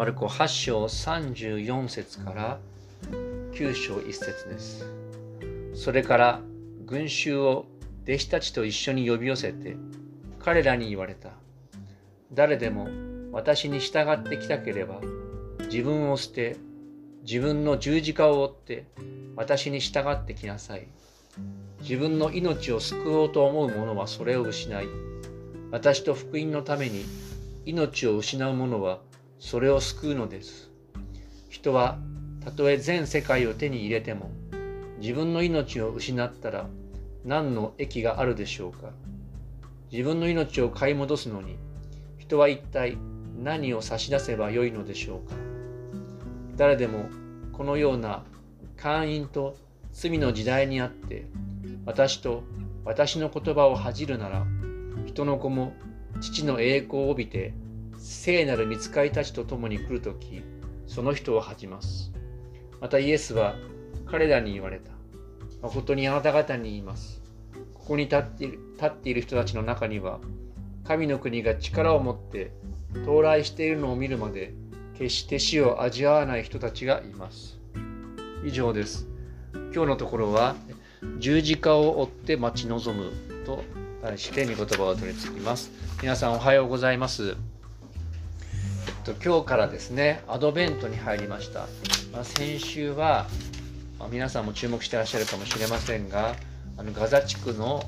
マルコ8章34節から9章1節です。それから群衆を弟子たちと一緒に呼び寄せて、彼らに言われた。誰でも私に従ってきたければ、自分を捨て、自分の十字架を追って私に従ってきなさい。自分の命を救おうと思う者はそれを失い、私と福音のために命を失う者はそれを救うのです。人はたとえ全世界を手に入れても、自分の命を失ったら何の益があるでしょうか。自分の命を買い戻すのに、人は一体何を差し出せばよいのでしょうか。誰でもこのような姦淫と罪の時代にあって、私と私の言葉を恥じるなら、人の子も父の栄光を帯びて、聖なる御使いたちと共に来るとき、その人を恥じます。またイエスは彼らに言われた。誠にあなた方に言います。ここに立っている人たちの中には、神の国が力を持って到来しているのを見るまで、決して死を味わわない人たちがいます。以上です。今日のところは、十字架を追って待ち望むと題して御言葉を取り次ぎます。皆さんおはようございます。今日からですね、アドベントに入りました。先週は、皆さんも注目していらっしゃるかもしれませんが、ガザ地区の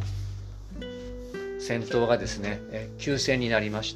戦闘がですね、休戦になりまして、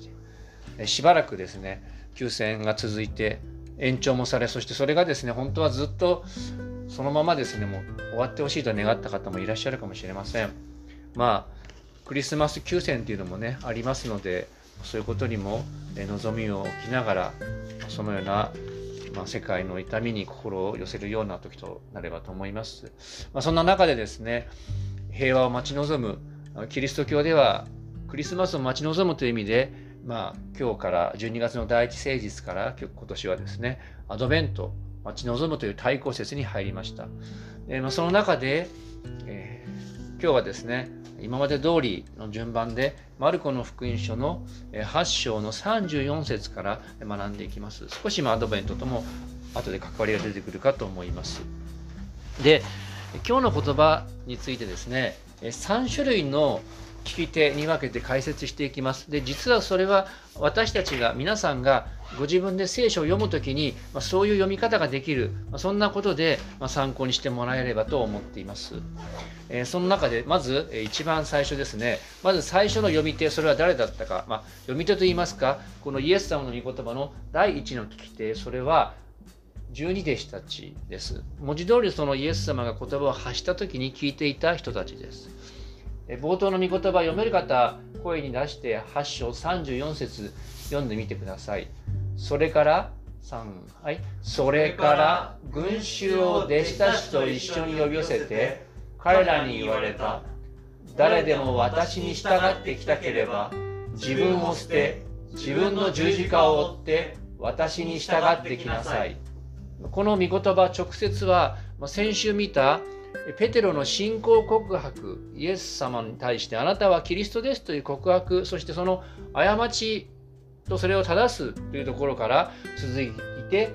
しばらくですね、休戦が続いて延長もされ、そしてそれがですね、本当はずっとそのままですね、もう終わってほしいと願った方もいらっしゃるかもしれません。クリスマス休戦というのもね、ありますので、そういうことにも望みを置きながら、そのような世界の痛みに心を寄せるような時となればと思います。そんな中でですね、平和を待ち望む、キリスト教ではクリスマスを待ち望むという意味で、今日から12月の第一聖日から今年はですね、アドベント、待ち望むという対抗節に入りました。その中で、今日はですね、今まで通りの順番でマルコの福音書の8章の34節から学んでいきます。少しアドベントとも後で関わりが出てくるかと思います。で、今日の言葉についてですね、3種類の聞き手に分けて解説していきます。で、実はそれは私たちが、皆さんがご自分で聖書を読むときに、そういう読み方ができる、そんなことで参考にしてもらえればと思っています。その中でまず一番最初ですね、まず最初の読み手、それは誰だったか、読み手といいますか、このイエス様の御言葉の第一の聞き手、それは12弟子たちです。文字通りそのイエス様が言葉を発したときに聞いていた人たちです。冒頭の御言葉読める方、声に出して8章34節読んでみてください。それからそれから群衆を弟子たちと一緒に呼び寄せて、彼らに言われた。誰でも私に従ってきたければ、自分を捨て、自分の十字架を追って私に従ってきなさい。この御言葉直接は、先週見たペテロの信仰告白、イエス様に対してあなたはキリストですという告白、そしてその過ちとそれを正すというところから続いて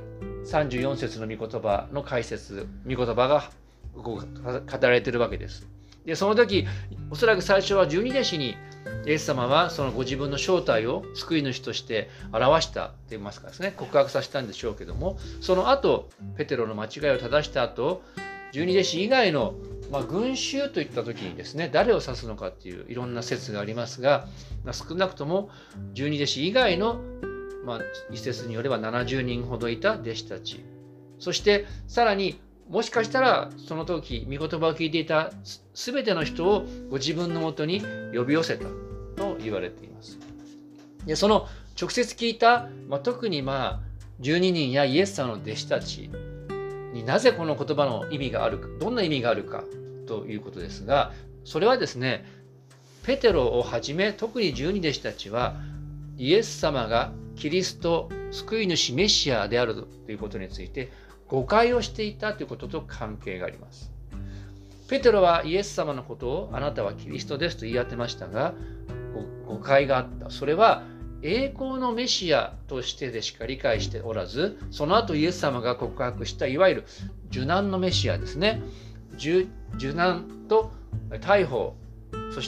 34節の御言葉の解説、御言葉が語られているわけです。で、その時おそらく最初は12弟子にイエス様はそのご自分の正体を救い主として表したと言いますかですね、告白させたんでしょうけども、その後ペテロの間違いを正した後、12弟子以外の、群衆といった時にですね、誰を指すのかっていういろんな説がありますが、少なくとも12弟子以外の、一説によれば70人ほどいた弟子たち、そしてさらにもしかしたらその時御言葉を聞いていた全ての人をご自分のもとに呼び寄せたと言われています。で、その直接聞いた、特に12人やイエス様の弟子たちになぜこの言葉の意味があるか、どんな意味があるかということですが、それはですね、ペテロをはじめ特に12弟子たちはイエス様がキリスト、救い主メシアであるということについて誤解をしていたということと関係があります。ペテロはイエス様のことをあなたはキリストですと言い当てましたが、誤解があった。それは栄光のメシアとしてでしか理解しておらず、その後イエス様が告白したいわゆる受難のメシアですね。受難と大砲、そして、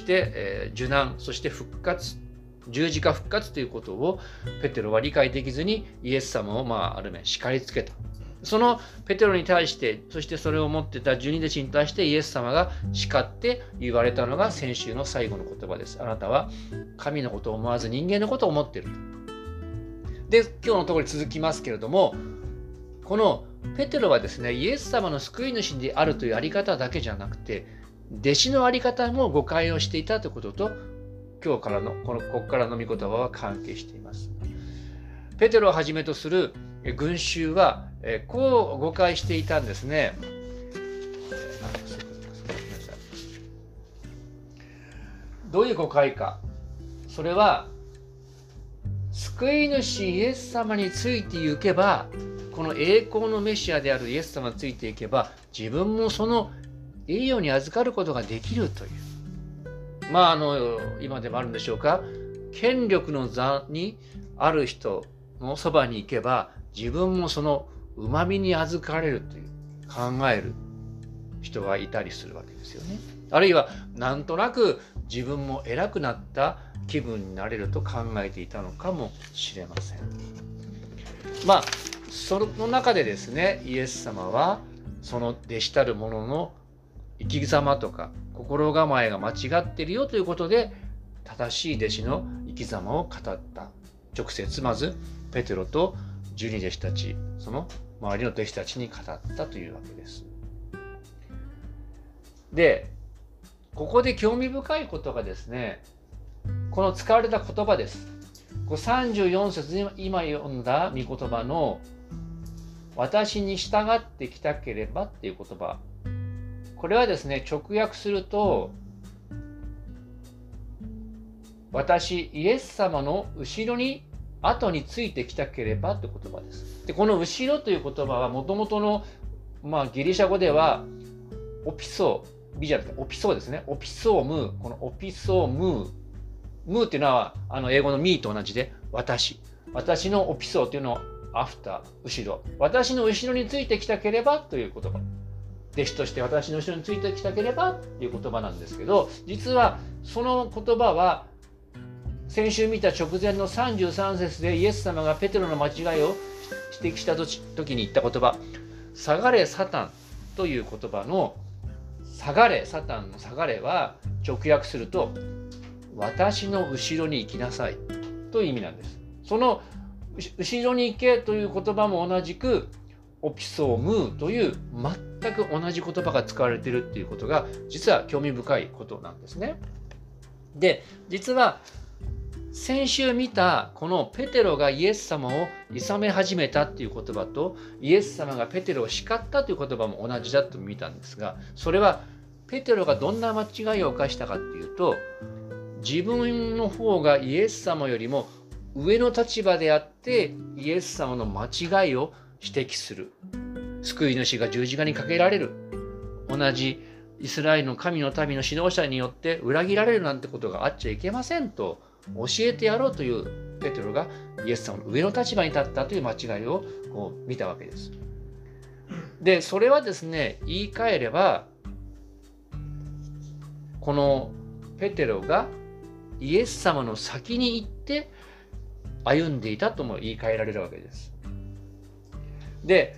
受難、そして復活、十字架復活ということをペテロは理解できずにイエス様をある面叱りつけた。そのペテロに対して、そしてそれを持ってた12弟子に対してイエス様が叱って言われたのが先週の最後の言葉です。あなたは神のことを思わず人間のことを思っている。で、今日のところに続きますけれども、このペテロはですね、イエス様の救い主であるというあり方だけじゃなくて、弟子のあり方も誤解をしていたということと、今日からのここからの御言葉は関係しています。ペテロをはじめとする群衆はこう誤解していたんですね。どういう誤解か。それは救い主イエス様についていけば、この栄光のメシアであるイエス様についていけば、自分もその栄誉に預かることができるという。今でもあるんでしょうか。権力の座にある人のそばに行けば、自分もその旨みに預かれるという考える人がいたりするわけですよね。あるいはなんとなく自分も偉くなった気分になれると考えていたのかもしれません。その中でですね、イエス様はその弟子たる者の生き様とか心構えが間違っているよということで、正しい弟子の生き様を語った。直接まずペテロと12弟子たち、その周りの弟子たちに語ったというわけです。で、ここで興味深いことがですね、この使われた言葉です。34節に今読んだ御言葉の私に従ってきたければっていう言葉、これはですね、直訳すると、私イエス様の後ろに後についてきたければという言葉です。で、この後ろという言葉はもともとの、ギリシャ語ではオピソー、ビジュアルですね、オピソーですね、オピソーム、このオピソームーっていうのは英語のミーと同じで私のオピソーというのをアフター、後ろ、私の後ろについてきたければという言葉、弟子として私の後ろについてきたければという言葉なんですけど、実はその言葉は先週見た直前の33節でイエス様がペテロの間違いを指摘した時に言った言葉、下がれサタンという言葉の下がれ、サタンの下がれは直訳すると私の後ろに行きなさいという意味なんです。その後ろに行けという言葉も同じくオピソームーという全く同じ言葉が使われているっていうことが実は興味深いことなんですね。で、実は先週見たこのペテロがイエス様を諌め始めたっていう言葉とイエス様がペテロを叱ったという言葉も同じだと見たんですが、それはペテロがどんな間違いを犯したかっていうと、自分の方がイエス様よりも上の立場であってイエス様の間違いを指摘する。救い主が十字架にかけられる。同じイスラエルの神の民の指導者によって裏切られるなんてことがあっちゃいけませんと教えてやろうというペテロがイエス様の上の立場に立ったという間違いを見たわけです。で、それはですね、言い換えればこのペテロがイエス様の先に行って歩んでいたとも言い換えられるわけです。で、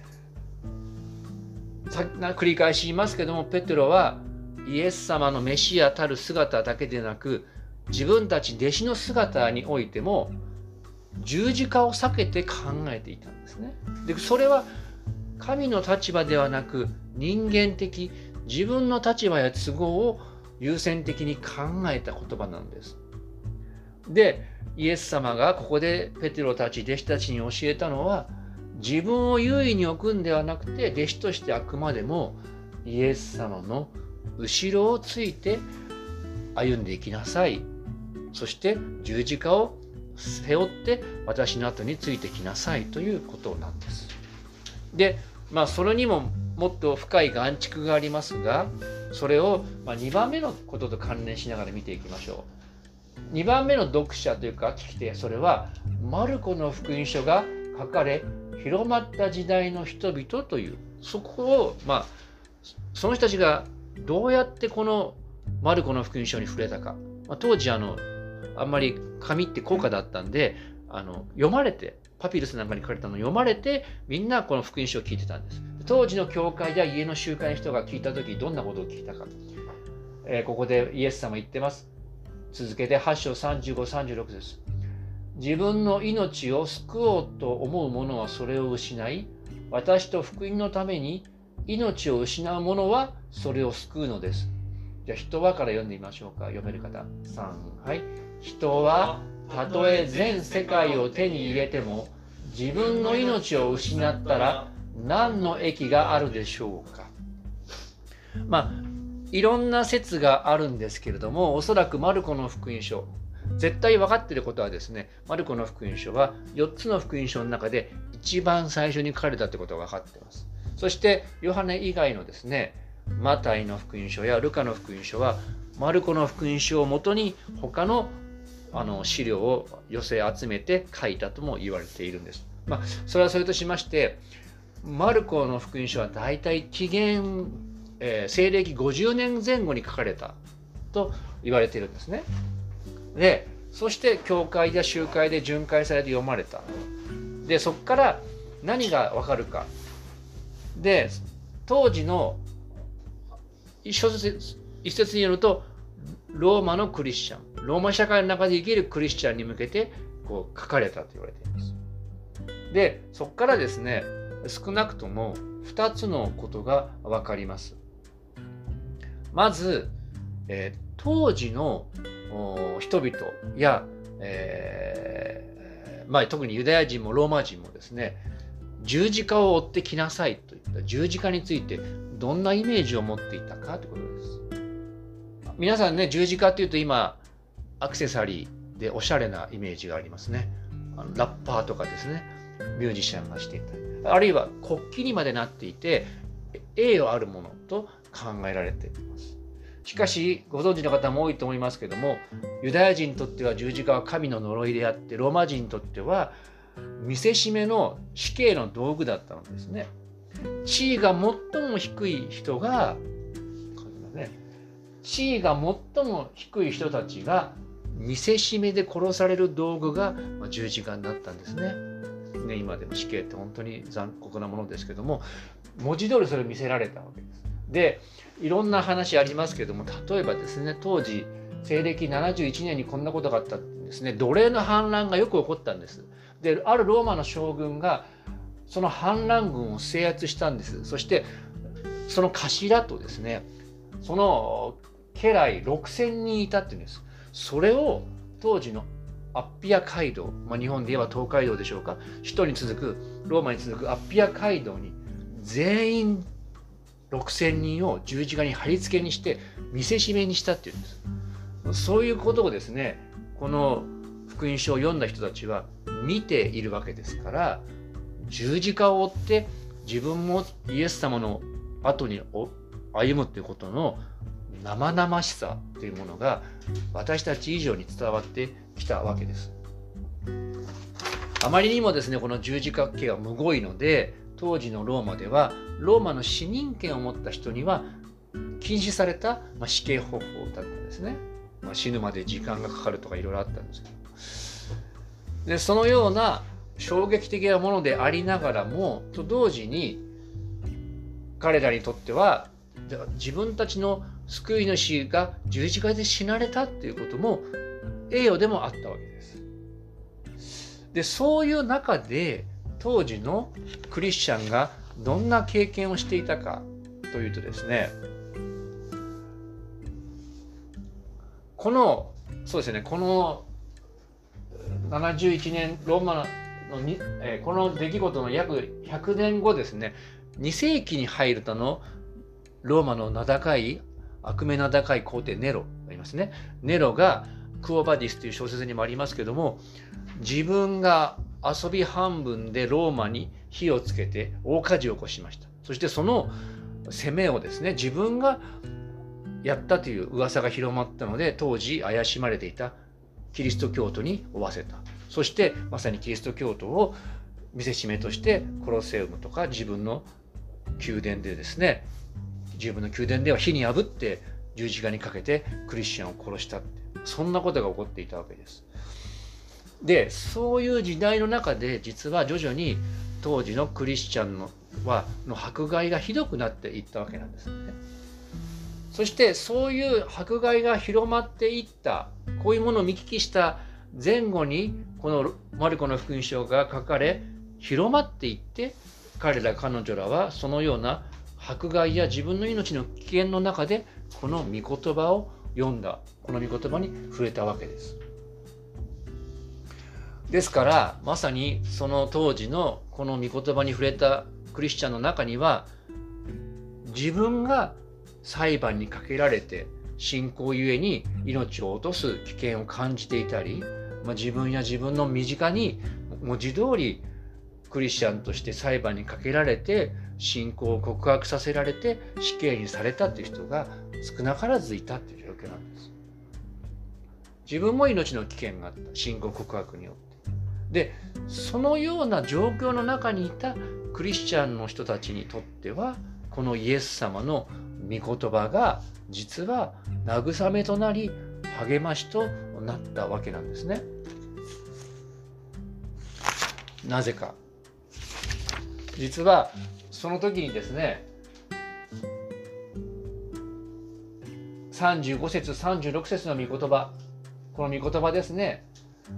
繰り返し言いますけども、ペテロはイエス様のメシアたる姿だけでなく、自分たち弟子の姿においても十字架を避けて考えていたんですね。で、それは神の立場ではなく人間的、自分の立場や都合を優先的に考えた言葉なんです。で、イエス様がここでペテロたち弟子たちに教えたのは、自分を優位に置くんではなくて、弟子としてあくまでもイエス様の後ろをついて歩んでいきなさい。そして十字架を背負って私の後についてきなさいということなんです。で、それにももっと深い眼蓄がありますが、それを2番目のことと関連しながら見ていきましょう。 2番目の読者というか聞き手、それはマルコの福音書が書かれ広まった時代の人々という、そこをその人たちがどうやってこのマルコの福音書に触れたか、当時あんまり紙って高価だったんで読まれて、パピルスなんかに書かれたのを読まれて、みんなこの福音書を聞いてたんです。当時の教会や家の集会の人が聞いた時どんなことを聞いたか、ここでイエス様言ってます。続けて8章35、36です。自分の命を救おうと思う者はそれを失い、私と福音のために命を失う者はそれを救うのです。じゃあ人はから読んでみましょうか。読める方。3、はい。人はたとえ全世界を手に入れても自分の命を失ったら何の益があるでしょうか。いろんな説があるんですけれども、おそらくマルコの福音書、絶対分かっていることはですね、マルコの福音書は4つの福音書の中で一番最初に書かれたということが分かっています。そしてヨハネ以外のですね、マタイの福音書やルカの福音書はマルコの福音書をもとに他の資料を寄せ集めて書いたとも言われているんです。それはそれとしまして、マルコの福音書はだいたい紀元西暦50年前後に書かれたと言われているんですね。で、そして教会や集会で巡回されて読まれた。で、そこから何がわかるか。で、当時の一説によると、ローマのクリスチャン、ローマ社会の中で生きるクリスチャンに向けて書かれたと言われています。で、そこからですね、少なくとも2つのことがわかります。まず、当時の人々や、特にユダヤ人もローマ人もですね、十字架を追ってきなさいといった十字架についてどんなイメージを持っていたかということです。皆さんね、十字架というと今アクセサリーでおしゃれなイメージがありますね。ラッパーとかですね、ミュージシャンがしていた、あるいは国旗にまでなっていて栄誉あるものと考えられています。しかしご存知の方も多いと思いますけども、ユダヤ人にとっては十字架は神の呪いであって、ローマ人にとっては見せしめの死刑の道具だったのですね。地位が最も低い人が、地位が最も低い人たちが見せしめで殺される道具が十字架になったんですね。今でも死刑って本当に残酷なものですけども、文字通りそれを見せられたわけです。で、いろんな話ありますけども、例えばですね、当時西暦71年にこんなことがあったんですね。奴隷の反乱がよく起こったんです。で、あるローマの将軍がその反乱軍を制圧したんです。そしてその頭とですね、その家来6000人いたっていうんです。それを当時のアッピア街道、日本で言えば東海道でしょうか、首都に続く、ローマに続くアッピア街道に全員6000人を十字架に貼り付けにして見せしめにしたっていうんです。そういうことをですね、この福音書を読んだ人たちは見ているわけですから、十字架を追って自分もイエス様の後に歩むということの生々しさというものが私たち以上に伝わってきたわけです。あまりにもですね、この十字架刑がむごいので、当時のローマではローマの市民権を持った人には禁止された死刑方法だったんですね。死ぬまで時間がかかるとかいろいろあったんですけど、でそのような衝撃的なものでありながらもと同時に、彼らにとっては自分たちの救い主が十字架で死なれたっていうことも栄誉でもあったわけです。で、そういう中で当時のクリスチャンがどんな経験をしていたかというとですね、この71年ローマのこの出来事の約100年後ですね、2世紀に入るとのローマの悪名名高い皇帝ネロがいますね。ネロがクオバディスという小説にもありますけども、自分が遊び半分でローマに火をつけて大火事を起こしました。そしてその責めをですね、自分がやったという噂が広まったので、当時怪しまれていたキリスト教徒に負わせた。そしてまさにキリスト教徒を見せしめとしてコロセウムとか自分の宮殿でですね、自分の宮殿では火に炙って十字架にかけてクリスチャンを殺したって、そんなことが起こっていたわけです。でそういう時代の中で実は徐々に当時のクリスチャンの迫害がひどくなっていったわけなんですね。そしてそういう迫害が広まっていった、こういうものを見聞きした前後にこのマルコの福音書が書かれ広まっていって、彼ら彼女らはそのような迫害や自分の命の危険の中でこの御言葉を読んだ、この御言葉に触れたわけです。ですからまさにその当時のこの御言葉に触れたクリスチャンの中には、自分が裁判にかけられて信仰ゆえに命を落とす危険を感じていたり、自分や自分の身近に文字通りクリスチャンとして裁判にかけられて信仰を告白させられて死刑にされたという人が少なからずいたという状況なんです。自分も命の危険があった、信仰告白によって。でそのような状況の中にいたクリスチャンの人たちにとっては、このイエス様の御言葉が実は慰めとなり励ましとなったわけなんですね。なぜか、実はその時にですね、35節36節の御言葉、この御言葉ですね、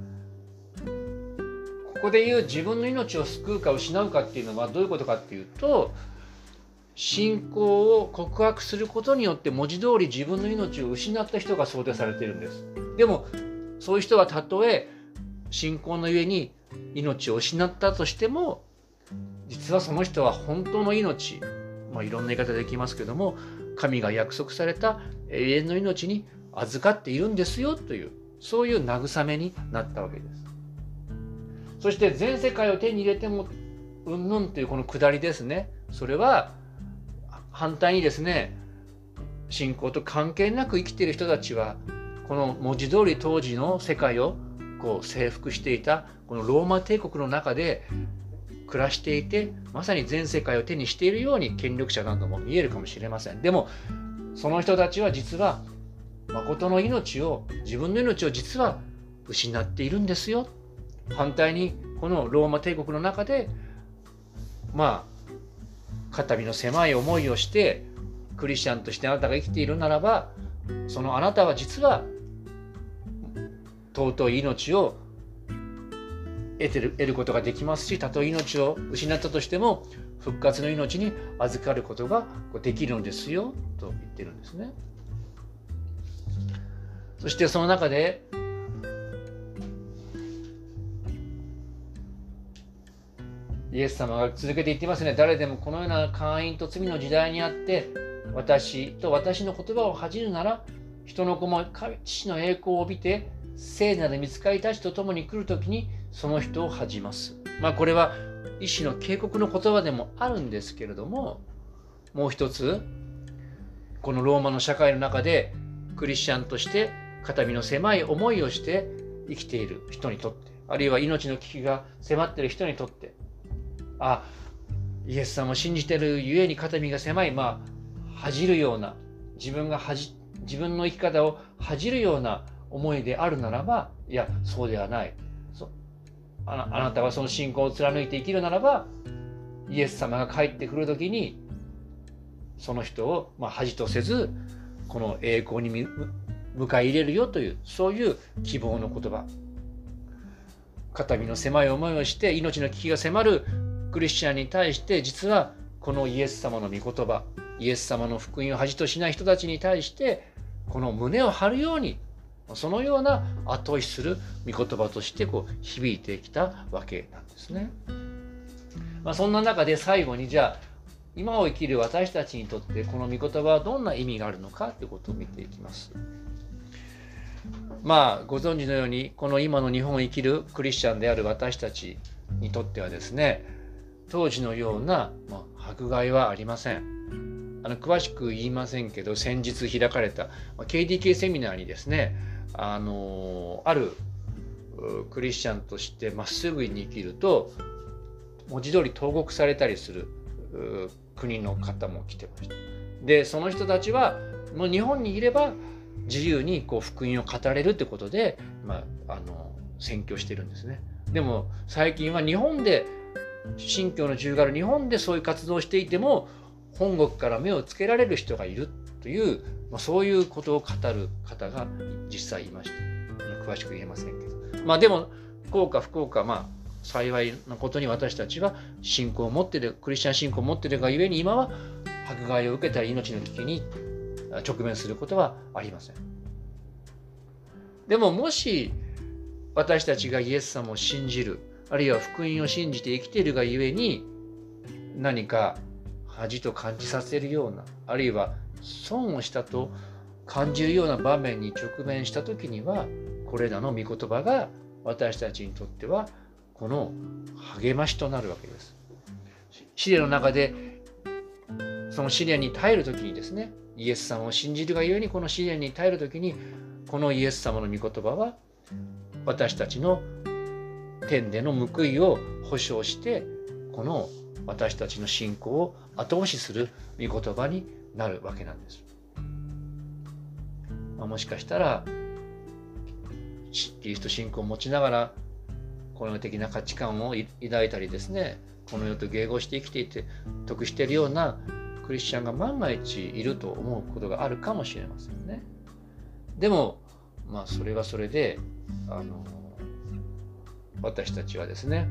ここで言う自分の命を救うか失うかっていうのはどういうことかっていうと、信仰を告白することによって文字通り自分の命を失った人が想定されているんです。でもそういう人はたとえ信仰のゆえに命を失ったとしても、実はその人は本当の命、いろんな言い方できますけども、神が約束された永遠の命に預かっているんですよという、そういう慰めになったわけです。そして全世界を手に入れてもうんぬんというこの下りですね、それは反対にですね、信仰と関係なく生きている人たちはこの文字通り当時の世界を征服していたこのローマ帝国の中で暮らしていて、まさに全世界を手にしているように権力者なども見えるかもしれません。でもその人たちは実は誠の命を、自分の命を実は失っているんですよ。反対にこのローマ帝国の中で肩身の狭い思いをしてクリスチャンとしてあなたが生きているならば、そのあなたは実は尊い命を得ることができますし、たとえ命を失ったとしても復活の命に預かることができるのですよと言ってるんですね。そしてその中でイエス様が続けて言っていますね。誰でもこのような姦淫と罪の時代にあって私と私の言葉を恥じるなら、人の子も父の栄光を帯びて聖なる御使いたちと共に来るときにその人を恥じます。これは一種の警告の言葉でもあるんですけれども、もう一つこのローマの社会の中でクリスチャンとして肩身の狭い思いをして生きている人にとって、あるいは命の危機が迫っている人にとって、イエス様を信じているゆえに肩身が狭い、恥じるような、自分の生き方を恥じるような思いであるならば、いやそうではない、あなたはその信仰を貫いて生きるならば、イエス様が帰ってくる時にその人を恥とせずこの栄光に迎え入れるよという、そういう希望の言葉。肩身の狭い思いをして命の危機が迫るクリスチャンに対して、実はこのイエス様の御言葉、イエス様の福音を恥としない人たちに対してこの胸を張るように、そのような後押しする御言葉として響いてきたわけなんですね。そんな中で最後に、じゃあ今を生きる私たちにとってこの御言葉はどんな意味があるのかということを見ていきます。ご存知のようにこの今の日本を生きるクリスチャンである私たちにとってはですね、当時のような迫害はありません。詳しく言いませんけど、先日開かれた KDK セミナーにですね、 あるクリスチャンとしてまっすぐに生きると文字通り投獄されたりする国の方も来てました。でその人たちはもう日本にいれば自由にこう福音を語れるってことで、宣教してるんですね。でも最近は日本で信教の自由がある日本でそういう活動をしていても本国から目をつけられる人がいるという、そういうことを語る方が実際いました。詳しく言えませんけど、でも幸か不幸か、幸いなことに私たちは信仰を持っているクリスチャン信仰を持っているがゆえに今は迫害を受けたり命の危機に直面することはありません。でももし私たちがイエス様を信じる、あるいは福音を信じて生きているがゆえに何か恥と感じさせるような、あるいは損をしたと感じるような場面に直面した時には、これらの御言葉が私たちにとってはこの励ましとなるわけです。試練の中でその試練に耐える時にですね、イエス様を信じるがゆえにこの試練に耐える時にこのイエス様の御言葉は私たちの天での報いを保証してこの私たちの信仰を後押しする御言葉になるわけなんです。もしかしたらキリスト信仰を持ちながらこの世的な価値観を抱いたりですね、この世と迎合して生きていて得しているようなクリスチャンが万が一いると思うことがあるかもしれませんね。でもそれはそれで私たちはですね、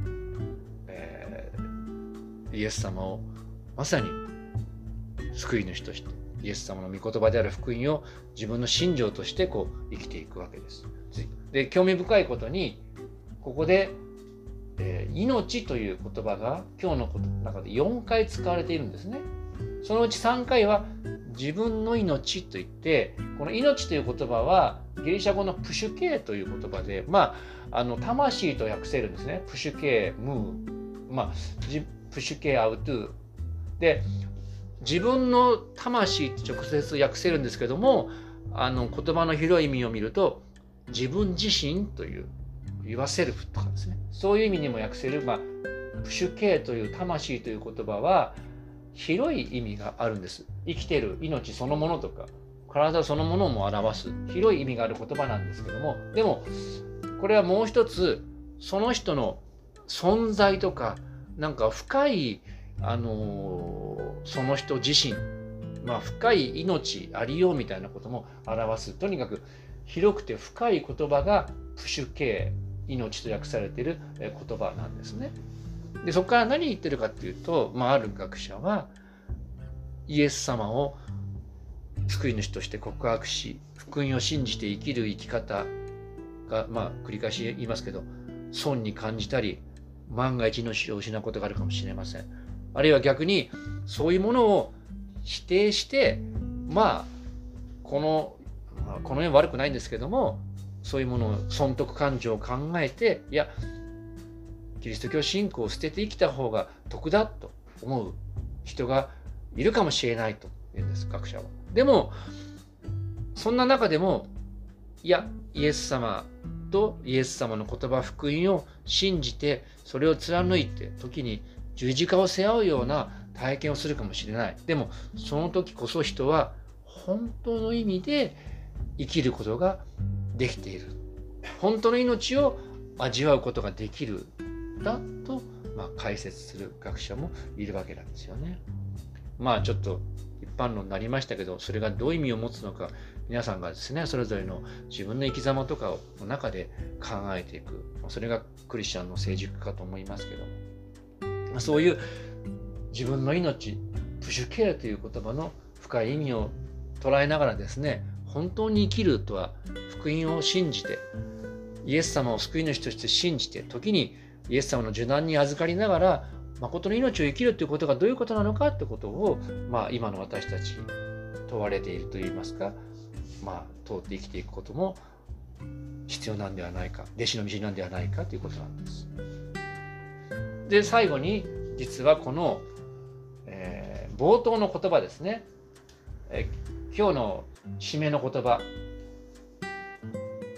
イエス様をまさに救い主としてイエス様の御言葉である福音を自分の信条として生きていくわけです。で興味深いことにここで、命という言葉が今日の中で4回使われているんですね。そのうち3回は自分の命といって、この命という言葉はギリシャ語のプシュケーという言葉で、魂と訳せるんですね。プシュケー、ムー、プシュケーアウトゥで、自分の魂って直接訳せるんですけども、言葉の広い意味を見ると自分自身という言わせるとかですね、そういう意味にも訳せる、プシュケーという魂という言葉は広い意味があるんです。生きている命そのものとか体そのものも表す広い意味がある言葉なんですけども、でもこれはもう一つその人の存在とか深いその人自身、深い命ありようみたいなことも表す、とにかく広くて深い言葉がプシュケー、命と訳されている言葉なんですね。でそこから何言ってるかっていうと、ある学者はイエス様を救い主として告白し福音を信じて生きる生き方が、繰り返し言いますけど、損に感じたり万が一命を失うことがあるかもしれません。あるいは逆にそういうものを否定して、この世悪くないんですけども、そういうものを損得感情を考えて、いやキリスト教信仰を捨てて生きた方が得だと思う人がいるかもしれないと言うんです、学者は。でもそんな中でも、いやイエス様とイエス様の言葉福音を信じてそれを貫いて時に十字架を背負うような体験をするかもしれない。でもその時こそ人は本当の意味で生きることができている、本当の命を味わうことができるだと、解説する学者もいるわけなんですよね。ちょっと一般論になりましたけど、それがどういう意味を持つのか皆さんがですねそれぞれの自分の生き様とかの中で考えていく、それがクリスチャンの成熟かと思いますけども、そういう自分の命プシュケーという言葉の深い意味を捉えながらですね、本当に生きるとは福音を信じてイエス様を救い主として信じて、時にイエス様の受難に預かりながら誠の命を生きるということがどういうことなのかということを、今の私たちに問われているといいますか、通って生きていくことも必要なんではないか、弟子の道なんではないかということなんです。で最後に実はこの、冒頭の言葉ですね、今日の締めの言葉、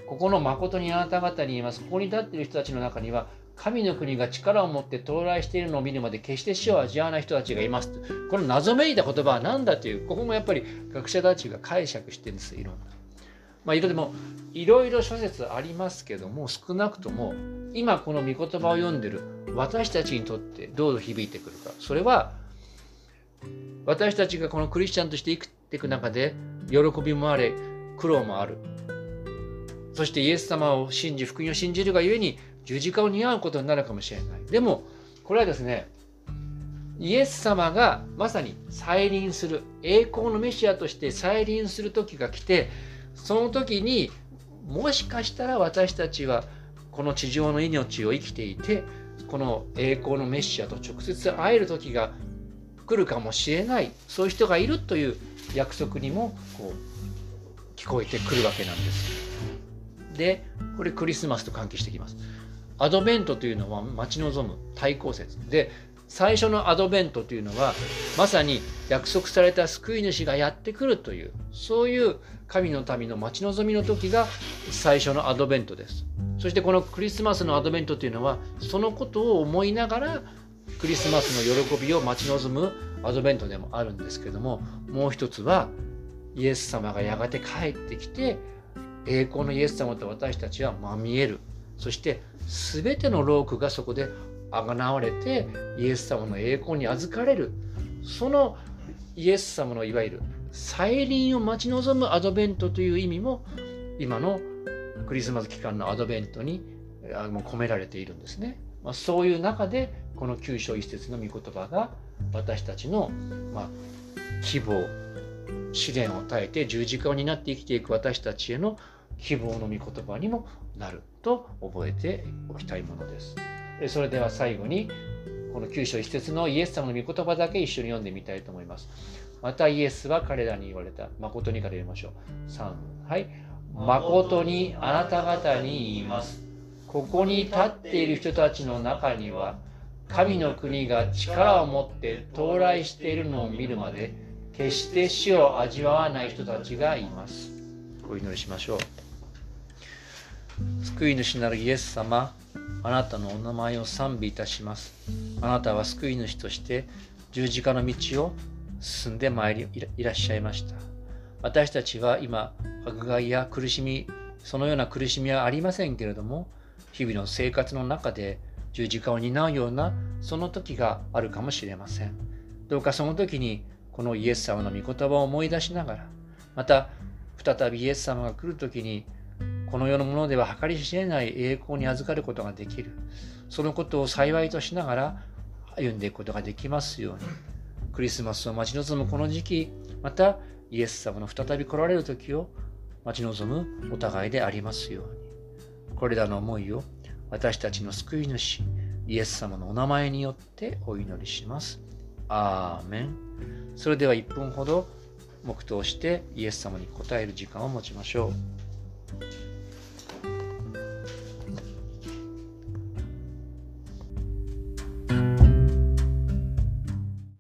ここの誠にあなた方に言います。ここに立っている人たちの中には、神の国が力を持って到来しているのを見るまで決して死を味わわない人たちがいます。この謎めいた言葉は何だという、ここもやっぱり学者たちが解釈してるんです、いろんな。いろいろ諸説ありますけども、少なくとも今この御言葉を読んでる私たちにとってどう響いてくるか。それは私たちがこのクリスチャンとして生きていく中で喜びもあれ苦労もある。そしてイエス様を信じ福音を信じるがゆえに十字架を担うことになるかもしれない。でもこれはですね、イエス様がまさに再臨する栄光のメシアとして再臨する時が来て、その時にもしかしたら私たちはこの地上の命を生きていて、この栄光のメシアと直接会える時が来るかもしれない、そういう人がいるという約束にも聞こえてくるわけなんです。で、これクリスマスと関係してきます。アドベントというのは待ち望む対抗節で、最初のアドベントというのはまさに約束された救い主がやってくるという、そういう神の民の待ち望みの時が最初のアドベントです。そしてこのクリスマスのアドベントというのはそのことを思いながらクリスマスの喜びを待ち望むアドベントでもあるんですけども、もう一つはイエス様がやがて帰ってきて栄光のイエス様と私たちはまみえる。そして全ての労苦がそこであがなわれてイエス様の栄光に預かれる、そのイエス様のいわゆる再臨を待ち望むアドベントという意味も今のクリスマス期間のアドベントに込められているんですね。そういう中でこの9章1節の御言葉が私たちの希望、試練を耐えて十字架を担って生きていく私たちへの希望の御言葉にもなると覚えておきたいものです。それでは最後にこの9章1節のイエス様の御言葉だけ一緒に読んでみたいと思います。またイエスは彼らに言われた。誠にから読みましょう。3、はい。誠にあなた方に言います。ここに立っている人たちの中には神の国が力を持って到来しているのを見るまで決して死を味わわない人たちがいます。お祈りしましょう。救い主なるイエス様、あなたのお名前を賛美いたします。あなたは救い主として十字架の道を進んでいらっしゃいました。私たちは今、迫害や苦しみ、そのような苦しみはありませんけれども、日々の生活の中で十字架を担うようなその時があるかもしれません。どうかその時にこのイエス様の御言葉を思い出しながら、また再びイエス様が来る時にこの世のものでは計り知れない栄光に預かることができる、そのことを幸いとしながら歩んでいくことができますように、クリスマスを待ち望むこの時期、またイエス様の再び来られる時を待ち望むお互いでありますように。これらの思いを私たちの救い主イエス様のお名前によってお祈りします。アーメン。それでは1分ほど黙祷してイエス様に答える時間を持ちましょう。